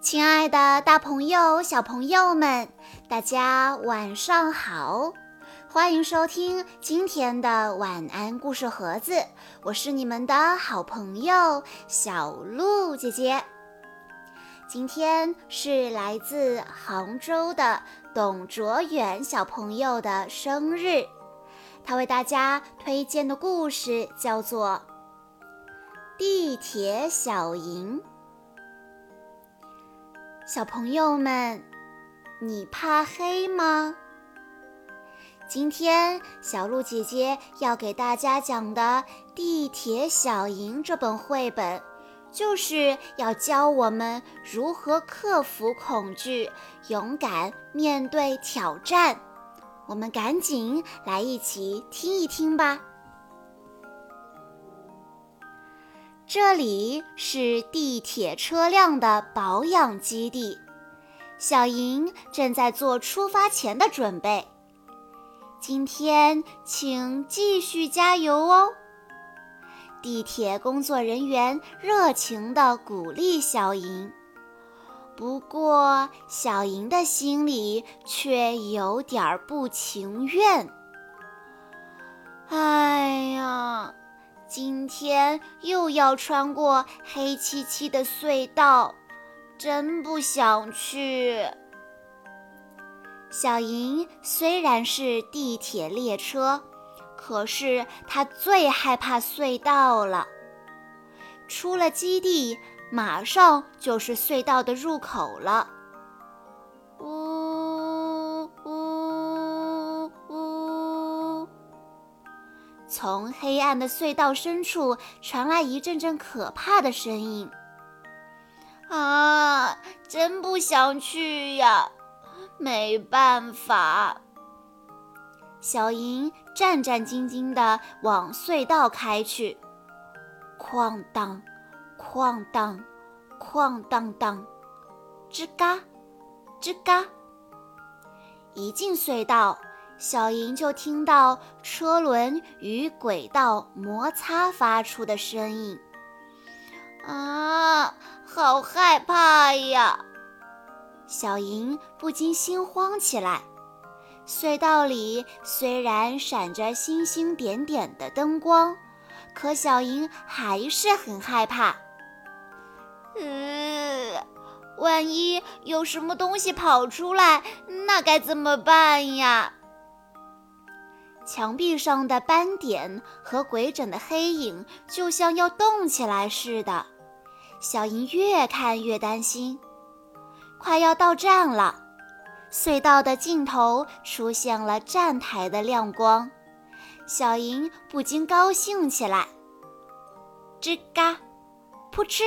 亲爱的大朋友、小朋友们，大家晚上好！欢迎收听今天的晚安故事盒子，我是你们的好朋友小鹿姐姐。今天是来自杭州的董卓远小朋友的生日，他为大家推荐的故事叫做《地铁小营》。小朋友们，你怕黑吗？今天小鹿姐姐要给大家讲的《地铁小营》这本绘本，就是要教我们如何克服恐惧，勇敢面对挑战。我们赶紧来一起听一听吧。这里是地铁车辆的保养基地，小营正在做出发前的准备。今天请继续加油哦！地铁工作人员热情地鼓励小营，不过小营的心里却有点不情愿。哎呀，今天又要穿过黑漆漆的隧道，真不想去。小营虽然是地铁列车，可是他最害怕隧道了。出了基地，马上就是隧道的入口了。呜呜呜！从黑暗的隧道深处传来一阵阵可怕的声音。啊，真不想去呀！没办法，小营战战兢兢地往隧道开去，哐当，哐当，哐当当，吱嘎，吱嘎。一进隧道，小营就听到车轮与轨道摩擦发出的声音。啊，好害怕呀！小营不禁心慌起来。隧道里虽然闪着星星点点的灯光，可小营还是很害怕。万一有什么东西跑出来，那该怎么办呀？墙壁上的斑点和鬼整的黑影就像要动起来似的，小营越看越担心。快要到站了，隧道的尽头出现了站台的亮光，小营不禁高兴起来。吱嘎，扑哧！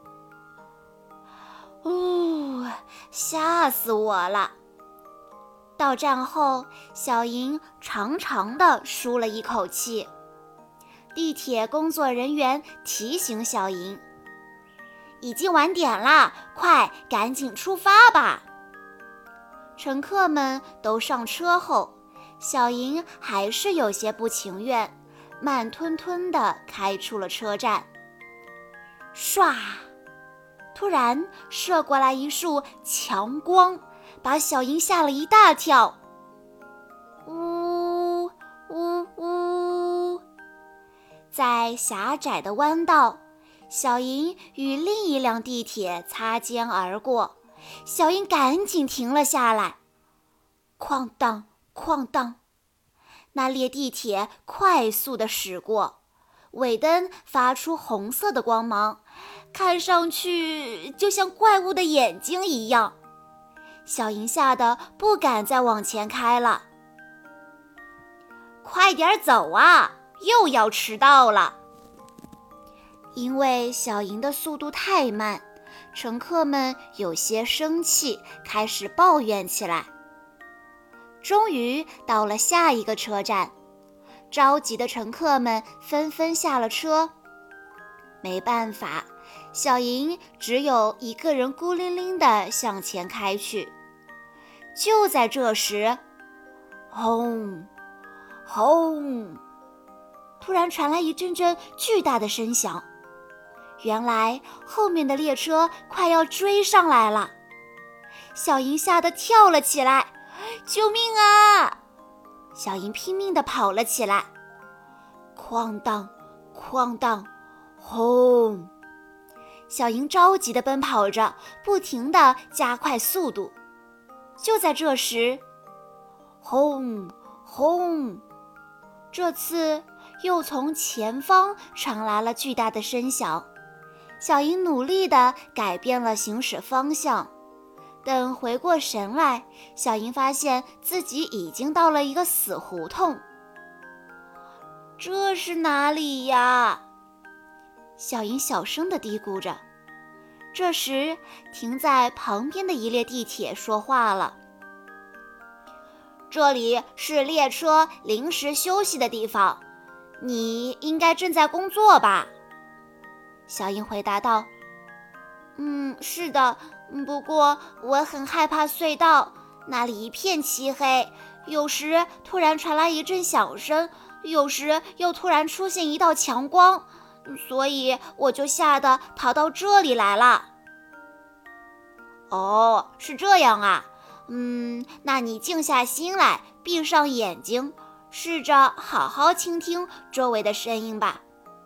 吓死我了！到站后，小营长长地舒了一口气。地铁工作人员提醒小营，已经晚点啦，快赶紧出发吧！乘客们都上车后，小营还是有些不情愿，慢吞吞地开出了车站。唰！突然射过来一束强光，把小营吓了一大跳。呜呜呜！在狭窄的弯道，小营与另一辆地铁擦肩而过，小营赶紧停了下来。哐当哐当，那列地铁快速地驶过，尾灯发出红色的光芒，看上去就像怪物的眼睛一样。小营吓得不敢再往前开了。快点走啊，又要迟到了！因为小营的速度太慢，乘客们有些生气，开始抱怨起来。终于到了下一个车站，着急的乘客们纷纷下了车。没办法，小营只有一个人孤零零地向前开去。就在这时，轰轰！突然传来一阵阵巨大的声响， 原来后面的列车快要追上来了。小莹吓得跳了起来，救命啊！小莹拼命地跑了起来，哐当哐当，轰！小莹着急地奔跑着，不停地加快速度。就在这时，轰轰！这次又从前方传来了巨大的声响。小莹努力地改变了行驶方向，等回过神来，小莹发现自己已经到了一个死胡同。这是哪里呀？小莹小声地嘀咕着。这时，停在旁边的一列地铁说话了：“这里是列车临时休息的地方，你应该正在工作吧？”小莹回答道：“是的，不过我很害怕隧道，那里一片漆黑，有时突然传来一阵响声，有时又突然出现一道强光，所以我就吓得逃到这里来了。”哦，是这样啊。那你静下心来，闭上眼睛，试着好好倾听周围的声音吧。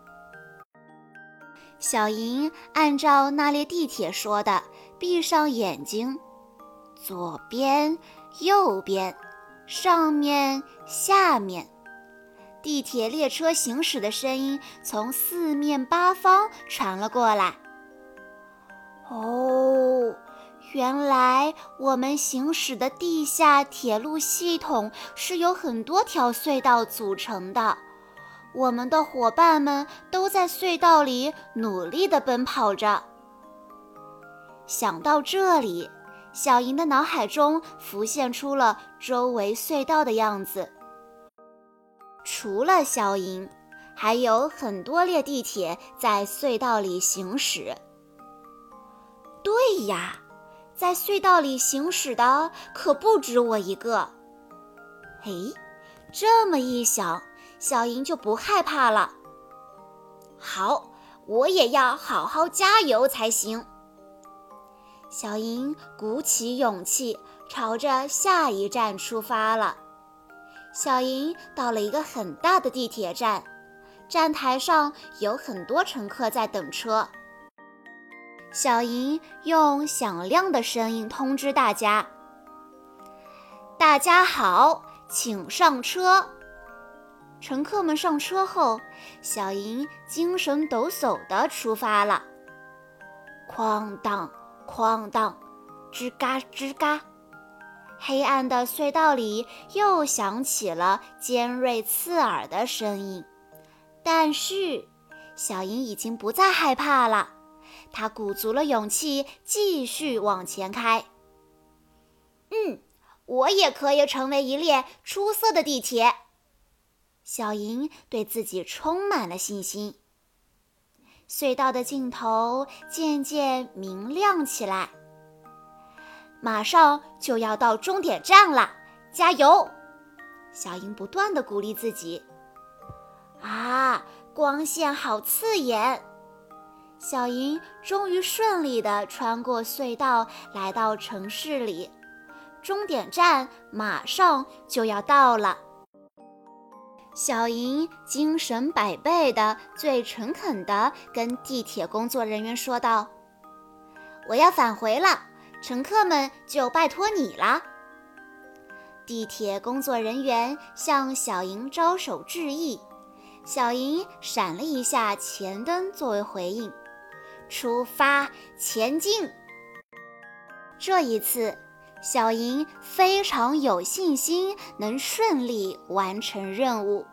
小莹按照那列地铁说的，闭上眼睛，左边、右边，上面、下面。地铁列车行驶的声音从四面八方传了过来。哦，原来我们行驶的地下铁路系统是由很多条隧道组成的，我们的伙伴们都在隧道里努力地奔跑着。想到这里，小莹的脑海中浮现出了周围隧道的样子。除了小莹，还有很多列地铁在隧道里行驶。对呀，在隧道里行驶的可不止我一个。这么一想，小莹就不害怕了。好，我也要好好加油才行。小莹鼓起勇气，朝着下一站出发了。小莹到了一个很大的地铁站，站台上有很多乘客在等车。小莹用响亮的声音通知大家：“大家好，请上车。”乘客们上车后，小莹精神抖擞地出发了。哐当哐当，吱嘎吱嘎，黑暗的隧道里又响起了尖锐刺耳的声音。但是小莹已经不再害怕了，她鼓足了勇气继续往前开。我也可以成为一列出色的地铁。小莹对自己充满了信心。隧道的尽头渐渐明亮起来，马上就要到终点站了，加油！小莹不断地鼓励自己。光线好刺眼！小莹终于顺利地穿过隧道，来到城市里。终点站马上就要到了。小莹精神百倍地、最诚恳地跟地铁工作人员说道：“我要返回了，乘客们就拜托你了。”地铁工作人员向小莹招手致意，小莹闪了一下前灯作为回应。出发，前进！这一次，小莹非常有信心能顺利完成任务。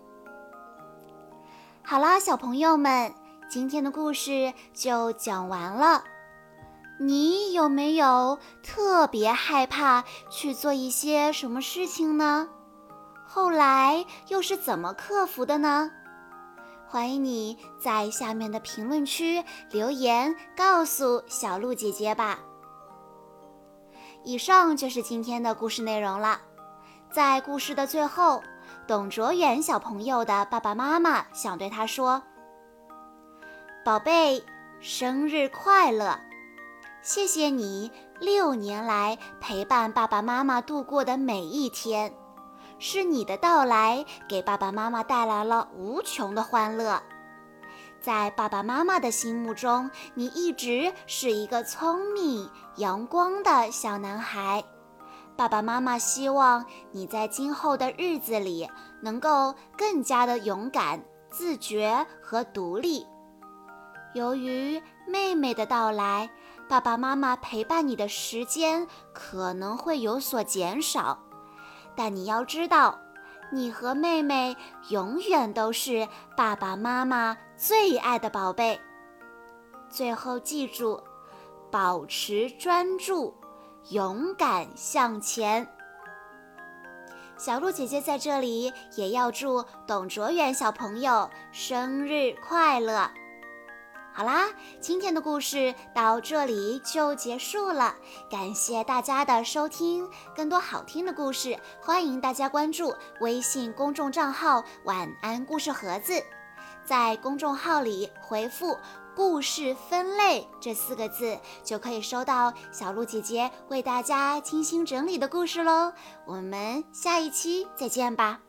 好啦，小朋友们，今天的故事就讲完了。你有没有特别害怕去做一些什么事情呢？后来又是怎么克服的呢？欢迎你在下面的评论区留言告诉小鹿姐姐吧。以上就是今天的故事内容了。在故事的最后，董卓远小朋友的爸爸妈妈想对他说：“宝贝， 生日快乐！谢谢你6年来陪伴爸爸妈妈度过的每一天，是你的到来给爸爸妈妈带来了无穷的欢乐。在爸爸妈妈的心目中，你一直是一个聪明、阳光的小男孩。爸爸妈妈希望你在今后的日子里能够更加的勇敢、自觉和独立。由于妹妹的到来，爸爸妈妈陪伴你的时间可能会有所减少，但你要知道，你和妹妹永远都是爸爸妈妈最爱的宝贝。最后记住，保持专注，勇敢向前。小鹿姐姐在这里也要祝董卓远小朋友生日快乐。好啦，今天的故事到这里就结束了，感谢大家的收听。更多好听的故事，欢迎大家关注微信公众账号晚安故事盒子，在公众号里回复故事分类这4个字，就可以收到小鹿姐姐为大家精心整理的故事咯。我们下一期再见吧。